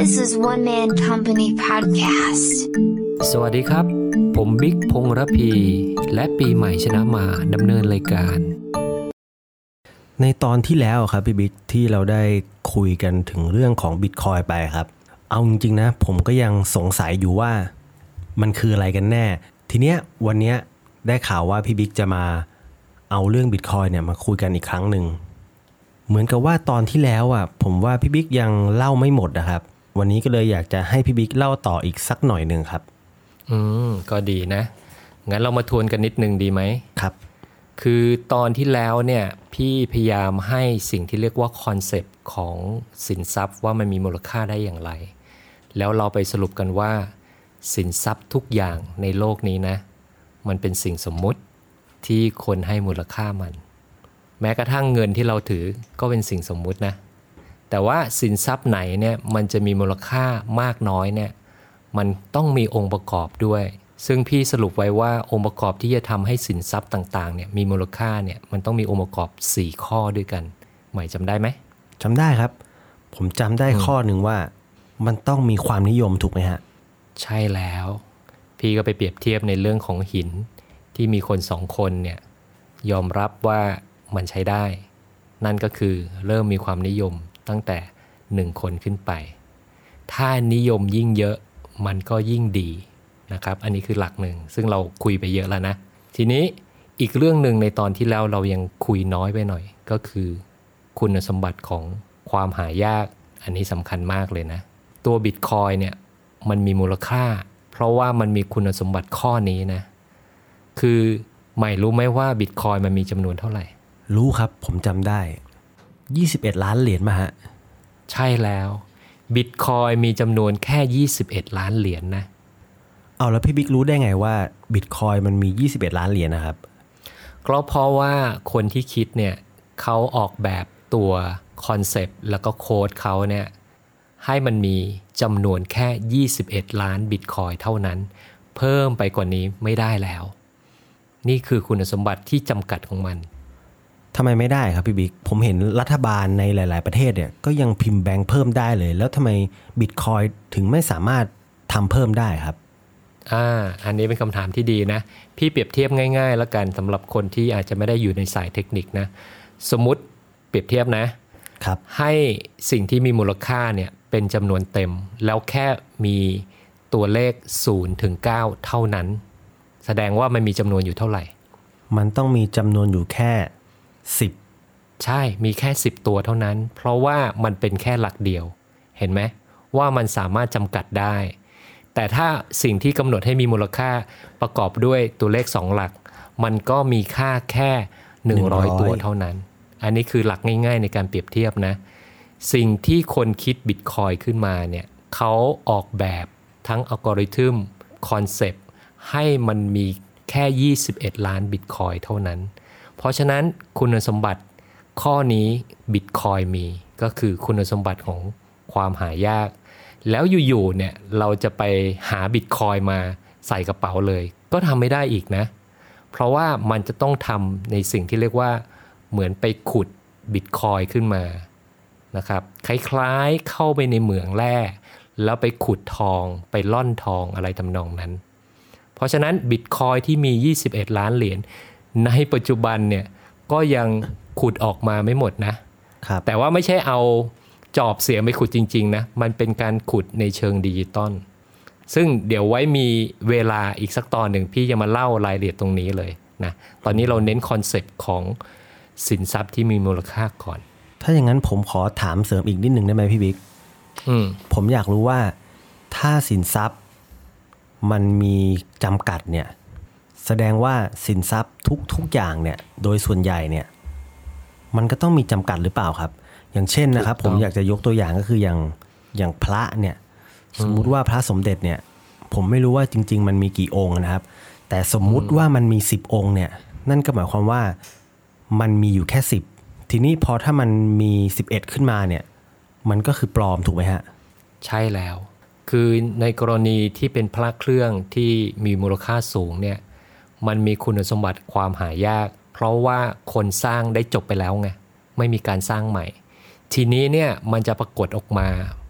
This is One Man Company Podcast สวัสดีครับผมบิ๊กพงษ์ระพีและปีใหม่ชนะมาดำเนินรายการในตอนที่แล้วครับพี่บิ๊กที่เราได้คุยกันถึงเรื่องของ Bitcoin ไปครับเอาจริงๆนะผมก็ยังสงสัยอยู่ว่ามันคืออะไรกันแน่ทีเนี้ยวันเนี้ยได้ข่าวว่าพี่บิ๊กจะมาเอาเรื่อง Bitcoin เนี่ยมาคุยกันอีกครั้งหนึ่งเหมือนกับว่าตอนที่แล้วอ่ะผมว่าพี่บิ๊กยังเล่าไม่หมดนะครับวันนี้ก็เลยอยากจะให้พี่บิ๊กเล่าต่ออีกสักหน่อยนึงครับก็ดีนะงั้นเรามาทวนกันนิดนึงดีไหมครับคือตอนที่แล้วเนี่ยพี่พยายามให้สิ่งที่เรียกว่าคอนเซปต์ของสินทรัพย์ว่ามันมีมูลค่าได้อย่างไรแล้วเราไปสรุปกันว่าสินทรัพย์ทุกอย่างในโลกนี้นะมันเป็นสิ่งสมมุติที่คนให้มูลค่ามันแม้กระทั่งเงินที่เราถือก็เป็นสิ่งสมมุตินะแต่ว่าสินทรัพย์ไหนเนี่ยมันจะมีมูลค่ามากน้อยเนี่ยมันต้องมีองค์ประกอบด้วยซึ่งพี่สรุปไว้ว่าองค์ประกอบที่จะทำให้สินทรัพย์ต่างๆเนี่ยมีมูลค่าเนี่ยมันต้องมีองค์ประกอบ4ข้อด้วยกันหมายจำได้ไหมจำได้ครับผมจำได้ข้อหนึ่งว่ามันต้องมีความนิยมถูกไหมฮะใช่แล้วพี่ก็ไปเปรียบเทียบในเรื่องของหินที่มีคน2คนเนี่ยยอมรับว่ามันใช้ได้นั่นก็คือเริ่มมีความนิยมตั้งแต่1คนขึ้นไปถ้านิยมยิ่งเยอะมันก็ยิ่งดีนะครับอันนี้คือหลักหนึ่งซึ่งเราคุยไปเยอะแล้วนะทีนี้อีกเรื่องหนึ่งในตอนที่แล้วเรายังคุยน้อยไปหน่อยก็คือคุณสมบัติของความหายากอันนี้สำคัญมากเลยนะตัว Bitcoin เนี่ยมันมีมูลค่าเพราะว่ามันมีคุณสมบัติข้อนี้นะคือไม่รู้ไหมว่า Bitcoin มันมีจำนวนเท่าไหร่รู้ครับผมจำได้21ล้านเหรียญมาฮะใช่แล้ว Bitcoin มีจำนวนแค่21ล้านเหรียญนะเอาแล้วพี่บิ๊กรู้ได้ไงว่า Bitcoin มันมี21ล้านเหรียญนะครับก็เพราะว่าคนที่คิดเนี่ยเขาออกแบบตัวคอนเซปต์แล้วก็โค้ดเขาเนี่ยให้มันมีจำนวนแค่21ล้าน Bitcoin เท่านั้นเพิ่มไปกว่านี้ไม่ได้แล้วนี่คือคุณสมบัติที่จำกัดของมันทำไมไม่ได้ครับพี่บิ๊กผมเห็นรัฐบาลในหลายๆประเทศเนี่ยก็ยังพิมพ์แบงค์เพิ่มได้เลยแล้วทำไม Bitcoin ถึงไม่สามารถทำเพิ่มได้ครับอันนี้เป็นคำถามที่ดีนะพี่เปรียบเทียบง่ายๆแล้วกันสำหรับคนที่อาจจะไม่ได้อยู่ในสายเทคนิคนะสมมุติเปรียบเทียบนะครับให้สิ่งที่มีมูลค่าเนี่ยเป็นจำนวนเต็มแล้วแค่มีตัวเลข0 ถึง 9เท่านั้นแสดงว่ามันมีจำนวนอยู่เท่าไหร่มันต้องมีจำนวนอยู่แค่10 ใช่มีแค่10ตัวเท่านั้นเพราะว่ามันเป็นแค่หลักเดียวเห็นไหมว่ามันสามารถจำกัดได้แต่ถ้าสิ่งที่กำหนดให้มีมูลค่าประกอบด้วยตัวเลข2หลักมันก็มีค่าแค่100ตัวเท่านั้นอันนี้คือหลักง่ายๆในการเปรียบเทียบนะสิ่งที่คนคิด Bitcoin ขึ้นมาเนี่ยเขาออกแบบทั้งอัลกอริทึมคอนเซปต์ให้มันมีแค่21ล้าน Bitcoin เท่านั้นเพราะฉะนั้นคุณสมบัติข้อนี้ Bitcoin มีก็คือคุณสมบัติของความหายากแล้วอยู่ๆเนี่ยเราจะไปหา Bitcoin มาใส่กระเป๋าเลยก็ทำไม่ได้อีกนะเพราะว่ามันจะต้องทำในสิ่งที่เรียกว่าเหมือนไปขุด Bitcoin ขึ้นมานะครับคล้ายๆเข้าไปในเหมืองแร่แล้วไปขุดทองไปล่อนทองอะไรทำนองนั้นเพราะฉะนั้น Bitcoin ที่มี21ล้านเหรียญในปัจจุบันเนี่ยก็ยังขุดออกมาไม่หมดนะแต่ว่าไม่ใช่เอาจอบเสียมไปขุดจริงๆนะมันเป็นการขุดในเชิงดิจิตอลซึ่งเดี๋ยวไว้มีเวลาอีกสักตอนหนึ่งพี่จะมาเล่ารายละเอียดตรงนี้เลยนะตอนนี้เราเน้นคอนเซปต์ของสินทรัพย์ที่มีมูลค่าก่อนถ้าอย่างนั้นผมขอถามเสริมอีกนิดนึงได้ไหมพี่บิ๊กผมอยากรู้ว่าถ้าสินทรัพย์มันมีจำกัดเนี่ยแสดงว่าสินทรัพย์ทุกอย่างเนี่ยโดยส่วนใหญ่เนี่ยมันก็ต้องมีจำกัดหรือเปล่าครับอย่างเช่นนะครับผมอยากจะยกตัวอย่างก็คืออย่างพระเนี่ยสมมุติว่าพระสมเด็จเนี่ยผมไม่รู้ว่าจริงๆมันมีกี่องค์นะครับแต่สมมุติว่ามันมี10องค์เนี่ยนั่นก็หมายความว่ามันมีอยู่แค่10ทีนี้พอถ้ามันมี11ขึ้นมาเนี่ยมันก็คือปลอมถูกไหมฮะใช่แล้วคือในกรณีที่เป็นพระเครื่องที่มีมูลค่าสูงเนี่ยมันมีคุณสมบัติความหายากเพราะว่าคนสร้างได้จบไปแล้วไงไม่มีการสร้างใหม่ทีนี้เนี่ยมันจะปรากฏออกมา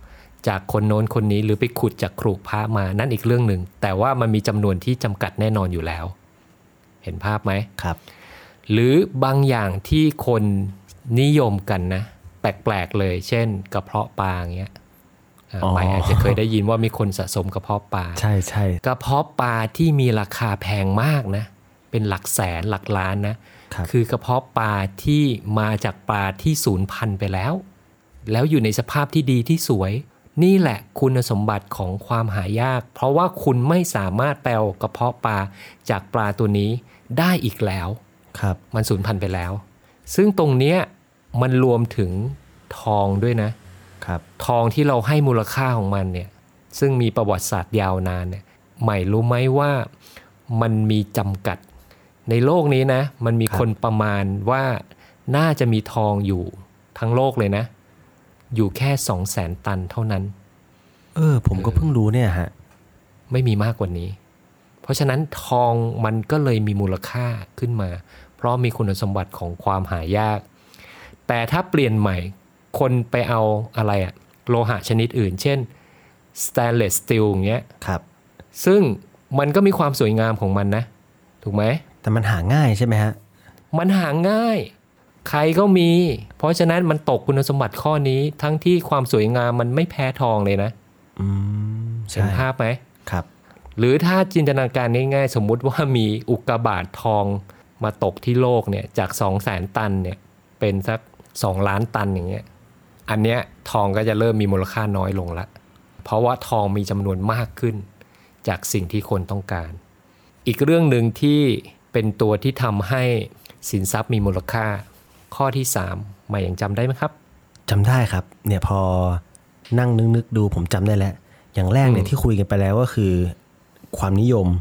จากคนโน้นคนนี้หรือไปขุดจากครูพระมานั่นอีกเรื่องหนึ่งแต่ว่ามันมีจำนวนที่จำกัดแน่นอนอยู่แล้วเห็นภาพไหมครับหรือบางอย่างที่คนนิยมกันนะแปลกๆเลยเช่นกระเพาะปลาอย่างเงี้ยไปอาจจะเคยได้ยินว่ามีคนสะสมกระเพาะปลาใช่ใช่กระเพาะปลาที่มีราคาแพงมากนะเป็นหลักแสนหลักล้านนะคือกระเพาะปลาที่มาจากปลาที่สูญพันธุ์ไปแล้วอยู่ในสภาพที่ดีที่สวยนี่แหละคุณสมบัติของความหายากเพราะว่าคุณไม่สามารถแปลกระเพาะปลาจากปลาตัวนี้ได้อีกแล้วครับมันสูญพันธุ์ไปแล้วซึ่งตรงเนี้ยมันรวมถึงทองด้วยนะครับทองที่เราให้มูลค่าของมันเนี่ยซึ่งมีประวัติศาสตร์ยาวนานเนี่ยใหม่รู้ไหมว่ามันมีจำกัดในโลกนี้นะมันมีคนประมาณว่าน่าจะมีทองอยู่ทั้งโลกเลยนะอยู่แค่ 200,000 ตันเท่านั้นผมก็เพิ่งรู้เนี่ยฮะไม่มีมากกว่านี้เพราะฉะนั้นทองมันก็เลยมีมูลค่าขึ้นมาเพราะมีคุณสมบัติของความหายากแต่ถ้าเปลี่ยนใหม่คนไปเอาอะไรอะโลหะชนิดอื่นเช่น stainless steel อย่างเงี้ยครับซึ่งมันก็มีความสวยงามของมันนะถูกไหมแต่มันหาง่ายใช่ไหมฮะมันหาง่ายใครก็มีเพราะฉะนั้นมันตกคุณสมบัติข้อนี้ทั้งที่ความสวยงามมันไม่แพ้ทองเลยนะเห็นภาพไหมครับหรือถ้าจินตนาการง่ายๆสมมุติว่ามีอุกกาบาตทองมาตกที่โลกเนี่ยจาก 200,000 ตันเนี่ยเป็นสัก2 ล้านตันอย่างเงี้ยอันเนี้ยทองก็จะเริ่มมีมูลค่าน้อยลงละเพราะว่าทองมีจำนวนมากขึ้นจากสิ่งที่คนต้องการอีกเรื่องหนึ่งที่เป็นตัวที่ทำให้สินทรัพย์มีมูลค่าข้อที่3หมายยังจำได้ไหมครับจำได้ครับเนี่ยพอนั่งนึกดูผมจำได้แล้วอย่างแรกเนี่ยที่คุยกันไปแล้วก็คือความนิยม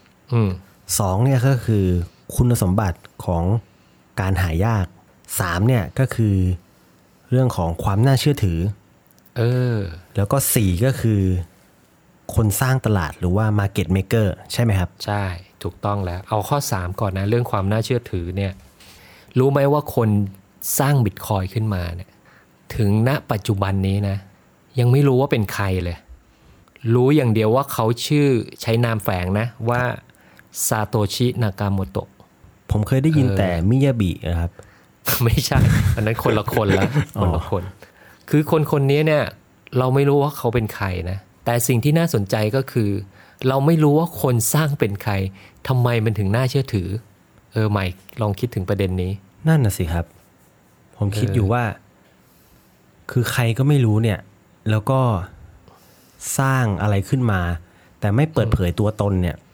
2เนี่ยก็คือคุณสมบัติของการหายาก3เนี่ยก็คือเรื่องของความน่าเชื่อถือแล้วก็4ก็คือคนสร้างตลาดหรือว่า market maker ใช่ไหมครับใช่ถูกต้องแล้วเอาข้อ3ก่อนนะเรื่องความน่าเชื่อถือเนี่ยรู้ไหมว่าคนสร้างบิตคอยน์ขึ้นมาเนี่ยถึงณปัจจุบันนี้นะยังไม่รู้ว่าเป็นใครเลยรู้อย่างเดียวว่าเขาชื่อใช้นามแฝงนะว่าซาโตชินากาโมโตะผมเคยได้ยินแต่มิยาบินะครับไม่ใช่อันนั้นคนละคนละคนละคนคือคนนี้เนี่ยเราไม่รู้ว่าเขาเป็นใครนะแต่สิ่งที่น่าสนใจก็คือเราไม่รู้ว่าคนสร้างเป็นใครทำไมมันถึงน่าเชื่อถือใหม่ลองคิดถึงประเด็นนี้นั่นน่ะสิครับผมคิดอยู่ว่าคือใครก็ไม่รู้เนี่ยแล้วก็สร้างอะไรขึ้นมาแต่ไม่เปิดเผยตัวตนเนี่ย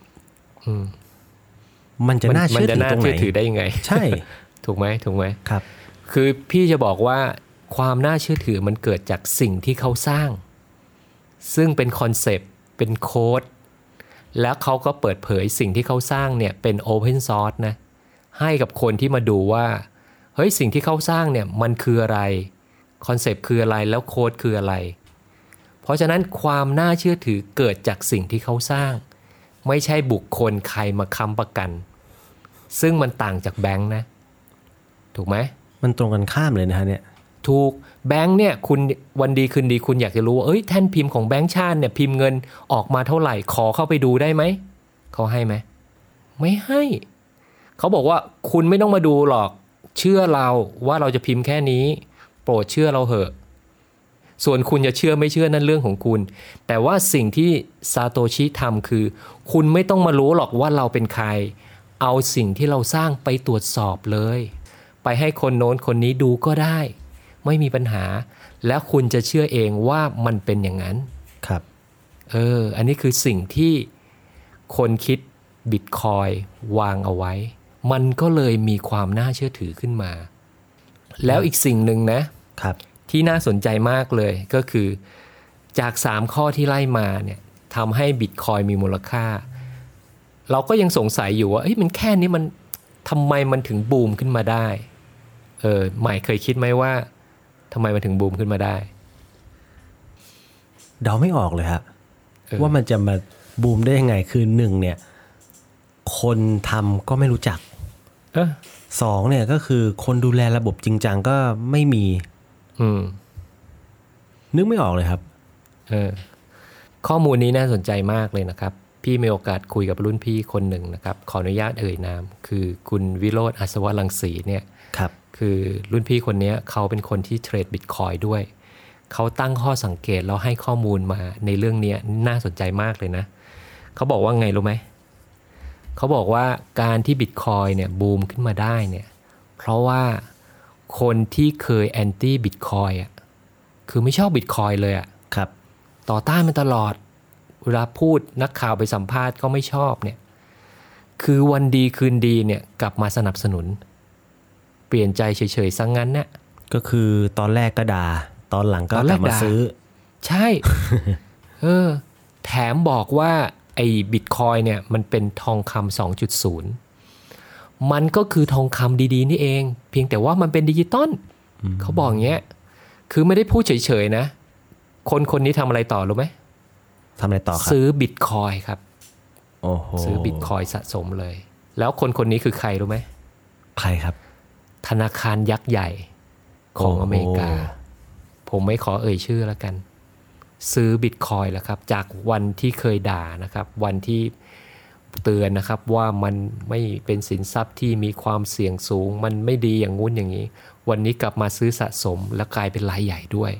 มันจะน่าเชื่อถือตรงไหนได้ยังไงใช่ถูกไหมครับคือพี่จะบอกว่าความน่าเชื่อถือมันเกิดจากสิ่งที่เขาสร้างซึ่งเป็นคอนเซปต์เป็นโค้ดแล้วเขาก็เปิดเผยสิ่งที่เขาสร้างเนี่ยเป็นโอเพนซอร์สนะให้กับคนที่มาดูว่าเฮ้ยสิ่งที่เขาสร้างเนี่ยมันคืออะไรคอนเซปต์คืออะไรแล้วโค้ดคืออะไรเพราะฉะนั้นความน่าเชื่อถือเกิดจากสิ่งที่เขาสร้างไม่ใช่บุคคลใครมาค้ำประกันซึ่งมันต่างจากแบงค์นะถูกไหมมันตรงกันข้ามเลยนะฮะเนี่ยถูกแบงค์เนี่ยคุณวันดีคืนดีคุณอยากจะรู้ว่าแท่นพิมพ์ของแบงค์ชาติเนี่ยพิมพ์เงินออกมาเท่าไหร่ขอเข้าไปดูได้ไหมเขาให้ไหมไม่ให้เขาบอกว่าคุณไม่ต้องมาดูหรอกเชื่อเราว่าเราจะพิมพ์แค่นี้โปรดเชื่อเราเถอะส่วนคุณจะเชื่อไม่เชื่อนั่นเรื่องของคุณแต่ว่าสิ่งที่ซาโตชิทำคือคุณไม่ต้องมารู้หรอกว่าเราเป็นใครเอาสิ่งที่เราสร้างไปตรวจสอบเลยไปให้คนโน้นคนนี้ดูก็ได้ไม่มีปัญหาแล้วคุณจะเชื่อเองว่ามันเป็นอย่างนั้นครับอันนี้คือสิ่งที่คนคิดบิตคอยวางเอาไว้มันก็เลยมีความน่าเชื่อถือขึ้นมาแล้วอีกสิ่งหนึ่งนะครับที่น่าสนใจมากเลยก็คือจาก3ข้อที่ไล่มาเนี่ยทำให้บิตคอยมีมูลค่าเราก็ยังสงสัยอยู่ว่ามันแค่นี้มันทำไมมันถึงบูมขึ้นมาได้ใหม่เคยคิดไหมว่าทำไมมันถึงบูมขึ้นมาได้เดาไม่ออกเลยครับว่ามันจะมาบูมได้ยังไงคือ1เนี่ยคนทำก็ไม่รู้จัก2เนี่ยก็คือคนดูแลระบบจริงจังก็ไม่มีนึกไม่ออกเลยครับข้อมูลนี้น่าสนใจมากเลยนะครับพี่มีโอกาสคุยกับรุ่นพี่คนหนึ่งนะครับขออนุญาตเอ่ยนามคือคุณวิโรจน์ อัศวรังสีเนี่ยคือรุ่นพี่คนนี้เขาเป็นคนที่เทรดบิตคอยน์ด้วยเขาตั้งข้อสังเกตแล้วให้ข้อมูลมาในเรื่องนี้น่าสนใจมากเลยนะเขาบอกว่าไงรู้ไหมเขาบอกว่าการที่บิตคอยน์เนี่ยบูมขึ้นมาได้เนี่ยเพราะว่าคนที่เคยแอนตี้บิตคอยน์อ่ะคือไม่ชอบบิตคอยน์เลยอ่ะครับต่อต้านมันตลอดเวลาพูดนักข่าวไปสัมภาษณ์ก็ไม่ชอบเนี่ยคือวันดีคืนดีเนี่ยกลับมาสนับสนุนเปลี่ยนใจเฉยๆซะ งั้นเนี่ยก็คือตอนแรกก็ด่าตอนหลังก็กลับมาซื้อใช่ แถมบอกว่าไอ้บิตคอยน์เนี่ยมันเป็นทองคำ 2.0 มันก็คือทองคำดีๆนี่เองเพียงแต่ว่ามันเป็นดิจิตอลเขาบอกอย่างเงี้ยคือไม่ได้พูดเฉยๆนะคนนี้ทำอะไรต่อรู้ไหมทำอะไรต่อครับซื้อบิตคอยน์ครับโอ้โหซื้อบิตคอยน์สะสมเลยแล้วคนนี้คือใครรู้ไหมใครครับธนาคารยักษ์ใหญ่ของอเมริกาผมไม่ขอเอ่ยชื่อแล้วกันซื้อบิตคอยน์แล้วครับจากวันที่เคยด่านะครับวันที่เตือนนะครับว่ามันไม่เป็นสินทรัพย์ที่มีความเสี่ยงสูงมันไม่ดีอย่างงู้นอย่างนี้วันนี้กลับมาซื้อสะสมแล้วกลายเป็นรายใหญ่ด้วย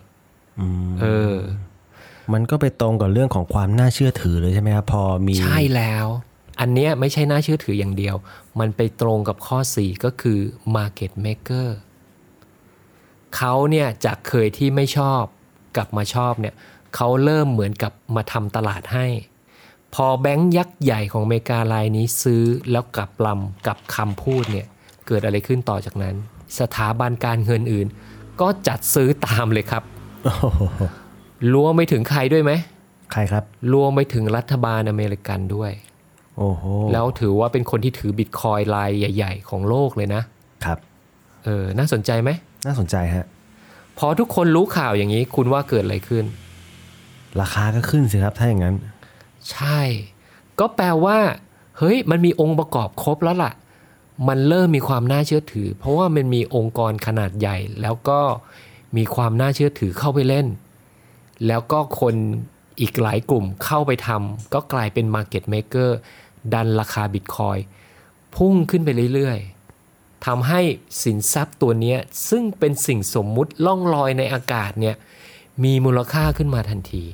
มันก็ไปตรงกับเรื่องของความน่าเชื่อถือเลยใช่ไหมครับพอมีใช่แล้วอันเนี้ยไม่ใช่น่าเชื่อถืออย่างเดียวมันไปตรงกับข้อ4ก็คือ market maker เขาเนี่ยจากเคยที่ไม่ชอบกลับมาชอบเนี่ยเขาเริ่มเหมือนกับมาทำตลาดให้พอแบงค์ยักษ์ใหญ่ของอเมริการายนี้ซื้อแล้วกลับลำกับคำพูดเนี่ยเกิดอะไรขึ้นต่อจากนั้นสถาบันการเงินอื่นก็จัดซื้อตามเลยครับรวมไปถึงใครด้วยไหมใครครับรวมไปถึงรัฐบาลอเมริกันด้วยโอ้โหแล้วถือว่าเป็นคนที่ถือบิตคอยน์รายใหญ่ๆของโลกเลยนะครับน่าสนใจไหมน่าสนใจฮะพอทุกคนรู้ข่าวอย่างนี้คุณว่าเกิดอะไรขึ้นราคาก็ขึ้นสิครับถ้าอย่างนั้นใช่ก็แปลว่าเฮ้ยมันมีองค์ประกอบครบแล้วล่ะมันเริ่มมีความน่าเชื่อถือเพราะว่ามันมีองค์กรขนาดใหญ่แล้วก็มีความน่าเชื่อถือเข้าไปเล่นแล้วก็คนอีกหลายกลุ่มเข้าไปทำก็กลายเป็น market maker ดันราคาบิตคอยน์พุ่งขึ้นไปเรื่อยๆทำให้สินทรัพย์ตัวนี้ซึ่งเป็นสิ่งสมมุติล่องลอยในอากาศเนี่ยมีมูลค่าขึ้นมาทันที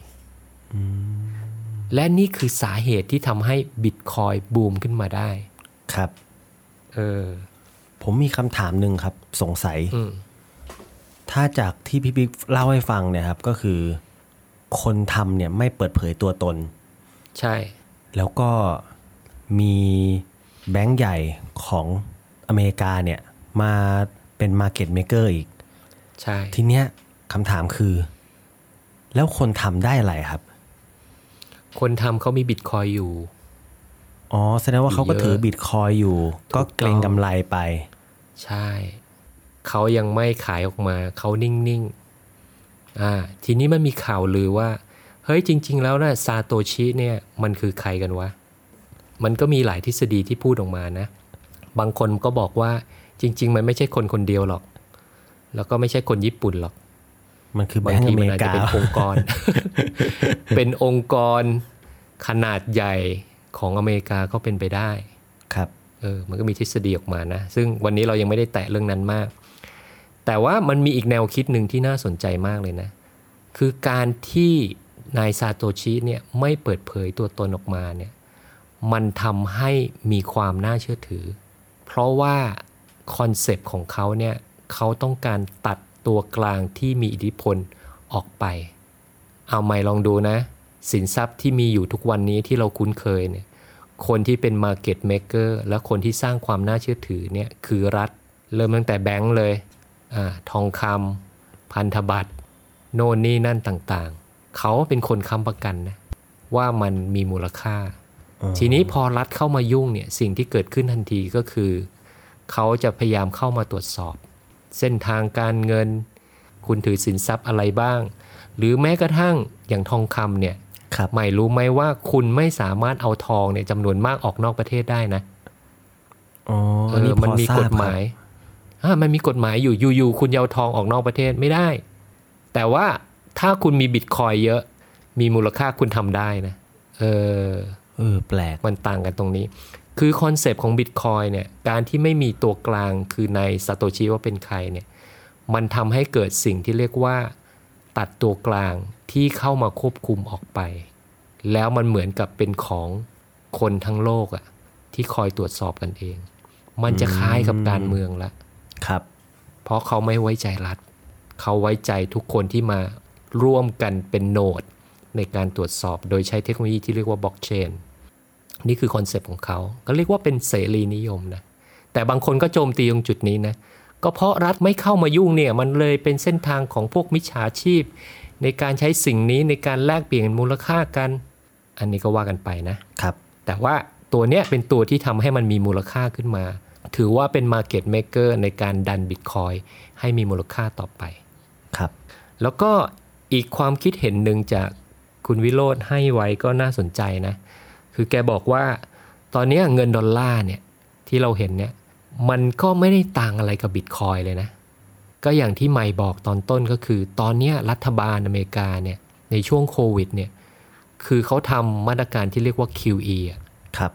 และนี่คือสาเหตุที่ทำให้บิตคอยน์บูมขึ้นมาได้ครับผมมีคำถามหนึ่งครับสงสัยถ้าจากที่พี่บิ๊กเล่าให้ฟังเนี่ยครับก็คือคนทำเนี่ยไม่เปิดเผยตัวตนใช่แล้วก็มีแบงก์ใหญ่ของอเมริกาเนี่ยมาเป็น market maker อีกใช่ทีเนี้ยคำถามคือแล้วคนทำได้อะไรครับคนทำเขามีบิตคอยอยู่อ๋อแสดงว่าเขาก็ถือบิตคอยอยู่ก็เกรงกำไรไปใช่เขายังไม่ขายออกมาเขานิ่งๆทีนี้มันมีข่าวลือว่าเฮ้ยจริงๆแล้วนะซาโตชิเนี่ยมันคือใครกันวะมันก็มีหลายทฤษฎีที่พูดออกมานะบางคนก็บอกว่าจริงๆมันไม่ใช่คนเดียวหรอกแล้วก็ไม่ใช่คนญี่ปุ่นหรอกมันคือแบงก์อเมริกาเป็นองค์กร เป็นองค์กรขนาดใหญ่ของอเมริกาก็เป็นไปได้ครับมันก็มีทฤษฎีออกมานะซึ่งวันนี้เรายังไม่ได้แตะเรื่องนั้นมากแต่ว่ามันมีอีกแนวคิดหนึ่งที่น่าสนใจมากเลยนะคือการที่นายซาโตชิเนี่ยไม่เปิดเผยตัวตนออกมาเนี่ยมันทำให้มีความน่าเชื่อถือเพราะว่าคอนเซปต์ของเขาเนี่ยเขาต้องการตัดตัวกลางที่มีอิทธิพลออกไปเอาใหม่ลองดูนะสินทรัพย์ที่มีอยู่ทุกวันนี้ที่เราคุ้นเคยเนี่ยคนที่เป็น market maker และคนที่สร้างความน่าเชื่อถือเนี่ยคือรัฐเริ่มตั้งแต่แบงก์เลยทองคำพันธบัตรโน่นนี่นั่นต่างๆเขาเป็นคนค้ำประกันนะว่ามันมีมูลค่าทีนี้พอรัฐเข้ามายุ่งเนี่ยสิ่งที่เกิดขึ้นทันทีก็คือเขาจะพยายามเข้ามาตรวจสอบเส้นทางการเงินคุณถือสินทรัพย์อะไรบ้างหรือแม้กระทั่งอย่างทองคำเนี่ยหมายรู้ไหมว่าคุณไม่สามารถเอาทองเนี่ยจำนวนมากออกนอกประเทศได้นะมันมีกฎหมายมันมีกฎหมายอยู่คุณเอาทองออกนอกประเทศไม่ได้แต่ว่าถ้าคุณมีบิตคอยเยอะมีมูลค่าคุณทำได้นะแปลกมันต่างกันตรงนี้คือคอนเซปต์ของ Bitcoin เนี่ยการที่ไม่มีตัวกลางคือนายซาโตชิว่าเป็นใครเนี่ยมันทำให้เกิดสิ่งที่เรียกว่าตัดตัวกลางที่เข้ามาควบคุมออกไปแล้วมันเหมือนกับเป็นของคนทั้งโลกอะที่คอยตรวจสอบกันเองมันจะคล้ายกับการเมืองละครับเพราะเขาไม่ไว้ใจรัฐเขาไว้ใจทุกคนที่มาร่วมกันเป็นโนดในการตรวจสอบโดยใช้เทคโนโลยีที่เรียกว่าบล็อกเชนนี่คือคอนเซปต์ของเขาก็เรียกว่าเป็นเสรีนิยมนะแต่บางคนก็โจมตีตรงจุดนี้นะก็เพราะรัฐไม่เข้ามายุ่งเนี่ยมันเลยเป็นเส้นทางของพวกมิจฉาชีพในการใช้สิ่งนี้ในการแลกเปลี่ยนมูลค่ากันอันนี้ก็ว่ากันไปนะครับแต่ว่าตัวเนี้ยเป็นตัวที่ทำให้มันมีมูลค่าขึ้นมาถือว่าเป็น Market Maker ในการดัน Bitcoin ให้มีมูลค่าต่อไปครับแล้วก็อีกความคิดเห็นหนึ่งจากคุณวิโรจน์ให้ไว้ก็น่าสนใจนะคือแกบอกว่าตอนนี้เงินดอลลาร์เนี่ยที่เราเห็นเนี่ยมันก็ไม่ได้ต่างอะไรกับ Bitcoin เลยนะก็อย่างที่ไมค์บอกตอนต้นก็คือตอนนี้รัฐบาลอเมริกาเนี่ยในช่วงโควิดเนี่ยคือเขาทำมาตรการที่เรียกว่า QE ครับ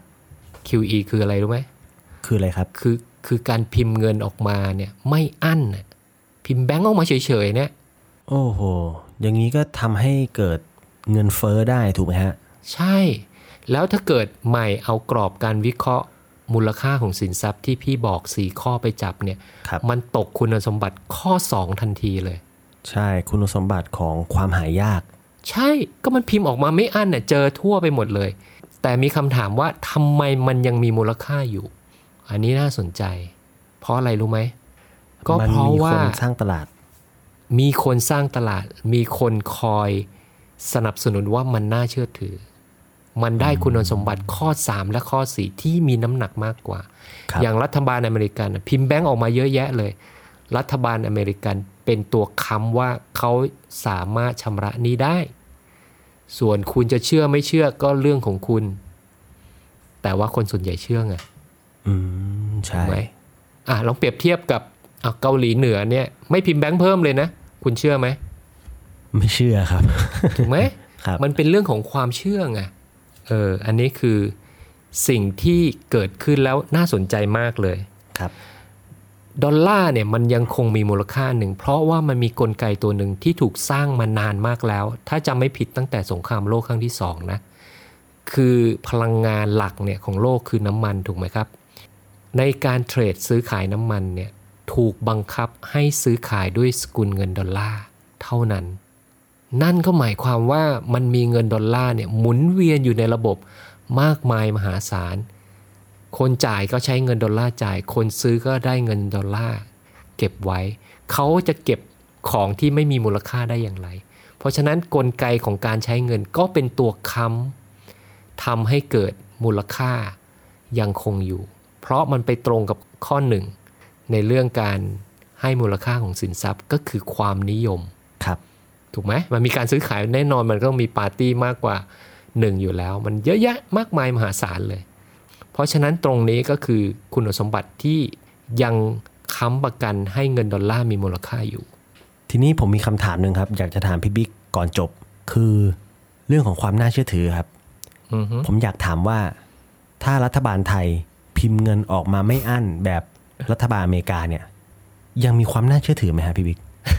QE คืออะไรรู้ไหมคืออะไรครับคือการพิมพ์เงินออกมาเนี่ยไม่อั้นพิมพ์แบงก์ออกมาเฉยๆเนี่ยโอ้โหอย่างนี้ก็ทำให้เกิดเงินเฟ้อได้ถูกไหมฮะใช่แล้วถ้าเกิดใหม่เอากรอบการวิเคราะห์มูลค่าของสินทรัพย์ที่พี่บอก4ข้อไปจับเนี่ยมันตกคุณสมบัติข้อ2ทันทีเลยใช่คุณสมบัติของความหายากใช่ก็มันพิมพ์ออกมาไม่อั้นเนี่ยเจอทั่วไปหมดเลยแต่มีคำถามว่าทำไมมันยังมีมูลค่าอยู่อันนี้น่าสนใจเพราะอะไรรู้ไหมก็เพราะว่ามีคนสร้างตลาดมีคนสร้างตลาดมีคนคอยสนับสนุนว่ามันน่าเชื่อถือมันได้คุณสมบัติข้อ3และข้อ4ที่มีน้ำหนักมากกว่าอย่างรัฐบาลอเมริกันพิมพ์แบงก์ออกมาเยอะแยะเลยรัฐบาลอเมริกันเป็นตัวค้ำว่าเขาสามารถชำระหนี้ได้ส่วนคุณจะเชื่อไม่เชื่อก็เรื่องของคุณแต่ว่าคนส่วนใหญ่เชื่อไงใช่ไหมลองเปรียบเทียบกับเกาหลีเหนือเนี่ยไม่พิมพ์แบงค์เพิ่มเลยนะคุณเชื่อไหมไม่เชื่อครับถูกไหมมันเป็นเรื่องของความเชื่อไงอันนี้คือสิ่งที่เกิดขึ้นแล้วน่าสนใจมากเลยครับดอลลาร์เนี่ยมันยังคงมีมูลค่าหนึ่งเพราะว่ามันมีกลไกตัวหนึ่งที่ถูกสร้างมานานมากแล้วถ้าจำไม่ผิดตั้งแต่สงครามโลกครั้งที่2นะคือพลังงานหลักเนี่ยของโลกคือน้ำมันถูกไหมครับในการเทรดซื้อขายน้ำมันเนี่ยถูกบังคับให้ซื้อขายด้วยสกุลเงินดอลลาร์เท่านั้นนั่นก็หมายความว่ามันมีเงินดอลลาร์เนี่ยหมุนเวียนอยู่ในระบบมากมายมหาศาลคนจ่ายก็ใช้เงินดอลลาร์จ่ายคนซื้อก็ได้เงินดอลลาร์เก็บไว้เขาจะเก็บของที่ไม่มีมูลค่าได้อย่างไรเพราะฉะนั้นกลไกของการใช้เงินก็เป็นตัวค้ำทำให้เกิดมูลค่ายังคงอยู่เพราะมันไปตรงกับข้อ1ในเรื่องการให้มูลค่าของสินทรัพย์ก็คือความนิยมครับถูกไหมมันมีการซื้อขายแน่นอนมันต้องมีปาร์ตี้มากกว่า1อยู่แล้วมันเยอะแยะมากมายมหาศาลเลยเพราะฉะนั้นตรงนี้ก็คือคุณสมบัติที่ยังค้ำประกันให้เงินดอลลาร์มีมูลค่าอยู่ทีนี้ผมมีคำถามนึงครับอยากจะถามพี่บิ๊กก่อนจบคือเรื่องของความน่าเชื่อถือครับผมอยากถามว่าถ้ารัฐบาลไทยพิมพ์เงินออกมาไม่อั้นแบบรัฐบาลอเมริกาเนี่ยยังมีความน่าเชื่อถือไหมครับพี่บิ๊ก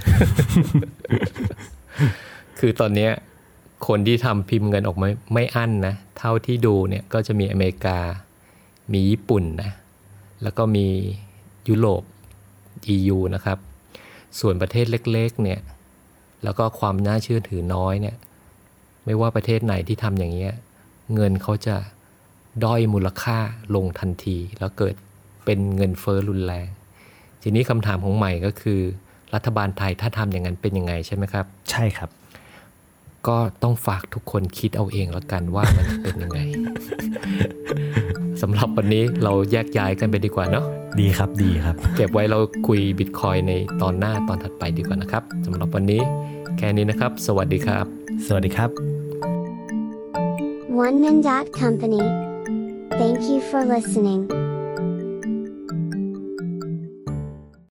คือตอนนี้คนที่ทำพิมพ์เงินออกมาไม่อั้นนะเท่าที่ดูเนี่ยก็จะมีอเมริกามีญี่ปุ่นนะแล้วก็มียุโรป EU นะครับส่วนประเทศเล็กๆเนี่ยแล้วก็ความน่าเชื่อถือน้อยเนี่ยไม่ว่าประเทศไหนที่ทำอย่างนี้เงินเขาจะด้อยมูลค่าลงทันทีแล้วเกิดเป็นเงินเฟ้อรุนแรงทีนี้คำถามของใหม่ก็คือรัฐบาลไทยถ้าทำอย่างนั้นเป็นยังไงใช่ไหมครับใช่ครับก็ต้องฝากทุกคนคิดเอาเองแล้วกันว่ามันจะเป็นยังไง สำหรับวันนี้เราแยกย้ายกันไปดีกว่าเนาะดีครับดีครับเก็บไว้เราคุย Bitcoin ในตอนหน้าตอนถัดไปดีกว่านะครับสำหรับวันนี้แค่นี้นะครับสวัสดีครับสวัสดีครับ OneMin.Company Thank you for listening